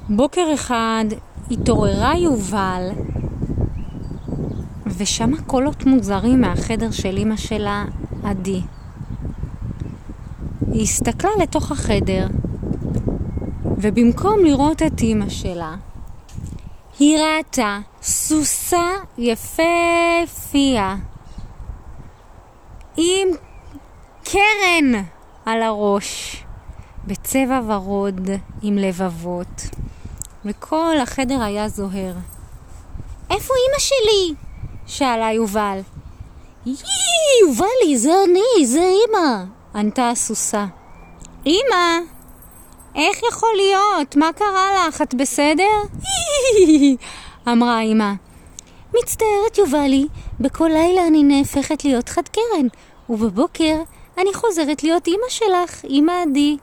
בוקר אחד התעוררה יובל ושמעה קולות מוזרים מהחדר של אמא שלה, עדי. היא הסתכלה לתוך החדר, ובמקום לראות את אמא שלה, היא ראתה סוסה יפהפייה עם קרן על הראש, בצבע ורוד עם לבבות, וכל החדר היה זוהר. איפה אמא שלי? שאלה יובל. יובלי, זה אני, זה אמא, ענתה הסוסה. אמא, איך יכול להיות? מה קרה לך? את בסדר? אמרה אמא. מצטערת יובלי, בכל לילה אני נהפכת להיות חד קרן, ובבוקר אני חוזרת להיות אמא שלך, אמא עדי.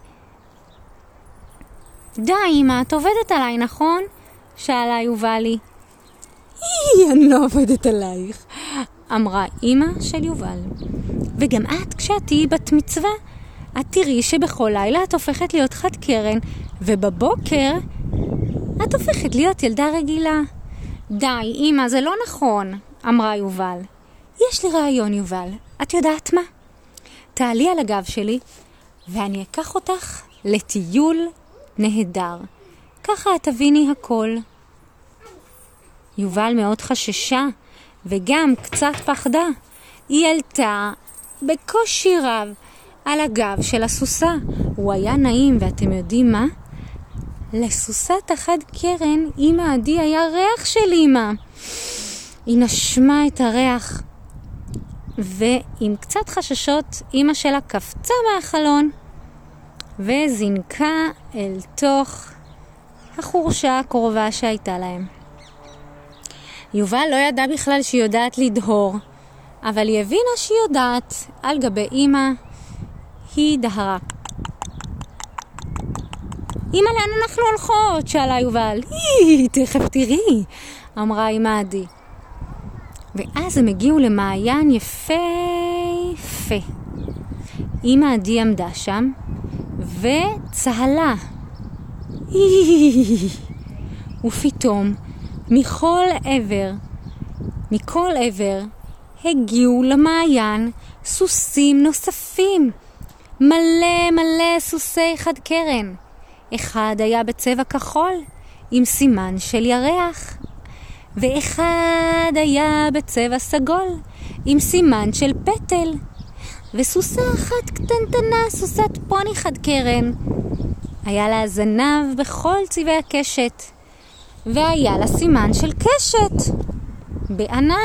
די אמא, את עובדת עליי, נכון? שאלה יובלי. אני לא עובדת עלייך, אמרה אמא של יובל. וגם את, כשאת תהיי בת מצווה, את תראי שבכל לילה את הופכת להיות חד קרן, ובבוקר את הופכת להיות ילדה רגילה. די אמא, זה לא נכון, אמרה יובל. יש לי רעיון יובל, את יודעת מה? תעלי על הגב שלי ואני אקח אותך לטיול נהדר. ככה את תביני הכל. יובל מאוד חששה וגם קצת פחדה. היא עלתה בקושי רב על הגב של הסוסה. הוא היה נעים, ואתם יודעים מה? לסוסת החד קרן, אמא עדי, היה ריח של אמא. היא נשמה את הריח, ועם קצת חששות אמא שלה קפצה מהחלון וזינקה אל תוך החורשה הקרובה שהייתה להם. יובל לא ידע בכלל שהיא יודעת לדהור, אבל היא הבינה שהיא יודעת. על גבי אמא היא דהרה. אמא, לאן אנחנו הולכות? שאלה יובל. תכף תראי, אמרה אמא עדי. ואז הם הגיעו למעיין יפה. אמא עדי עמדה שם וצהלה. ופתאום מכל עבר הגיעו למעיין סוסים נוספים. מלא סוסי חד קרן. אחד היה בצבע כחול עם סימן של ירח, ואחד היה בצבע סגול עם סימן של פטל, וסוסה אחת קטנטנה, סוסת פוני חד קרן, היה לה זנב בכל צבעי הקשת, והיה לה סימן של קשת בענן.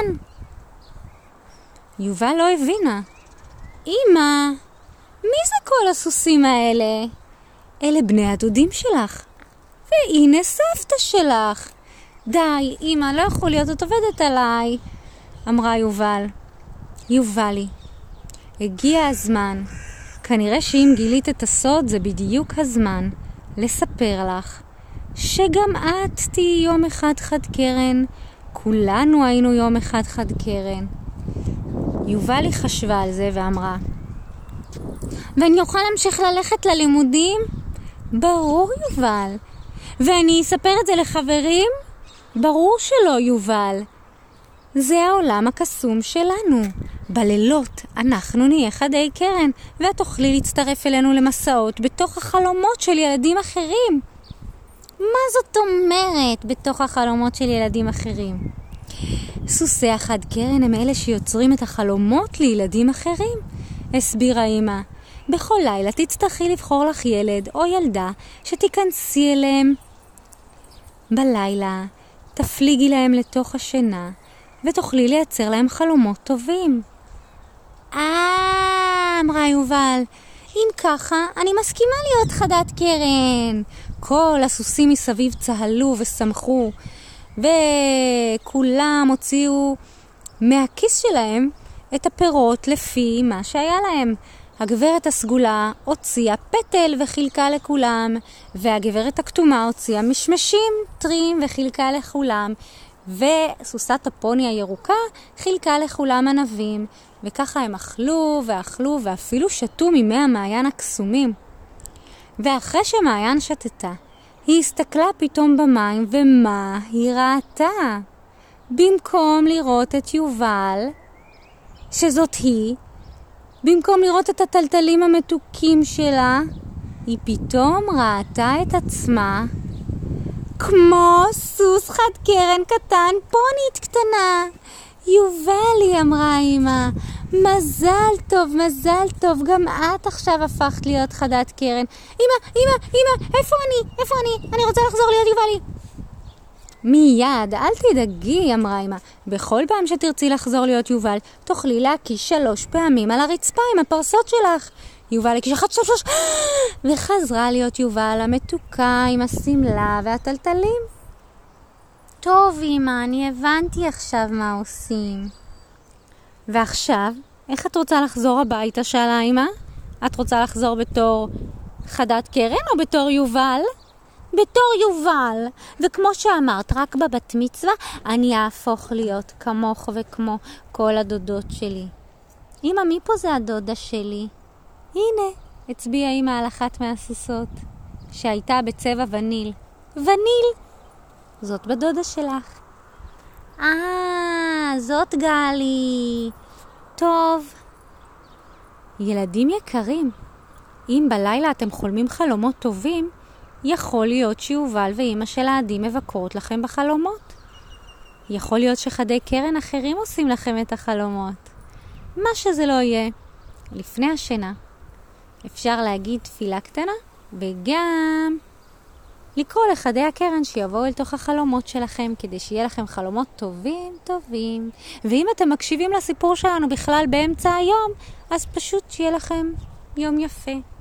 יובל לא הבינה. אמא, מי זה כל הסוסים האלה? אלה בני הדודים שלך, והנה סבתא שלך. די אמא, לא יכול להיות, את עובדת עליי, אמרה יובל. יובלי, הגיע הזמן. כנראה שאם גילית את הסוד, זה בדיוק הזמן לספר לך שגם את תהיי יום אחד חד קרן. כולנו היינו יום אחד חד קרן. יובלי חשבה על זה ואמרה, ואני אוכל להמשיך ללכת ללימודים? ברור יובל. ואני אספר את זה לחברים? ברור שלא יובל. זה העולם הקסום שלנו. בלילות אנחנו נהיה חדי קרן, ואת תוכלי להצטרף אלינו למסעות בתוך החלומות של ילדים אחרים. מה זאת אומרת בתוך החלומות של ילדים אחרים? סוסי החד קרן הם אלה שיוצרים את החלומות לילדים אחרים, הסבירה אמא. בכל לילה תצטרכי לבחור לך ילד או ילדה שתיכנסי אליהם בלילה, תפליגי להם לתוך השינה ותוכלי לייצר להם חלומות טובים. אמרה יובל, אם ככה אני מסכימה להיות חדת קרן. כל הסוסים מסביב צהלו ושמחו, וכולם הוציאו מהכיס שלהם את הפירות לפי מה שהיה להם. הגברת הסגולה הוציאה פטל וחילקה לכולם, והגברת הכתומה הוציאה משמשים טריים וחילקה לכולם, וסוסת הפוני הירוקה חילקה לכולם ענבים. וככה הם אכלו ואפילו שתו ממי המעיין הקסומים. ואחרי שמעיין שתתה, היא הסתכלה פתאום במים, ומה היא ראתה? במקום לראות את יובל, שזאת היא, במקום לראות את הטלטלים המתוקים שלה, היא פתאום ראתה את עצמה כמו סוס חד קרן קטן, פונית קטנה. יובל, היא אמרה אמא, מזל טוב, מזל טוב, גם את עכשיו הפכת להיות חדת קרן. אמא, איפה אני? אני רוצה לחזור להיות יובלי. מיד, אל תדאגי, אמרה אמא. בכל פעם שתרצי לחזור להיות יובל, תוכלי להקיש 3 פעמים על הרצפה עם הפרסות שלך. יובל הקיש 1, 2, 3, וחזרה להיות יובל המתוקה עם הסמלה והטלטלים. טוב אמא, אני הבנתי עכשיו מה עושים. ועכשיו, איך את רוצה לחזור הביתה? שאלה אמא. את רוצה לחזור בתור חדת קרן או בתור יובל? בתור יובל. וכמו שאמרת, רק בבת מצווה אני אהפוך להיות כמוך וכמו כל הדודות שלי. אמא, מי פה זה הדודה שלי? הנה, הצביעה אמא על אחת מהסוסות, שהייתה בצבע וניל. וניל! זאת בדודה שלך. זאת גלי. טוב. ילדים יקרים, אם בלילה אתם חולמים חלומות טובים, יכול להיות שיובל ואמא של העדי מבקרות לכם בחלומות. יכול להיות שחדי קרן אחרים עושים לכם את החלומות. מה שזה לא יהיה, לפני השינה אפשר להגיד תפילה קטנה וגם לקרוא לחדי הקרן שיבואו אל תוך החלומות שלכם כדי שיהיה לכם חלומות טובים. ואם אתם מקשיבים לסיפור שלנו בכלל באמצע היום, אז פשוט שיהיה לכם יום יפה.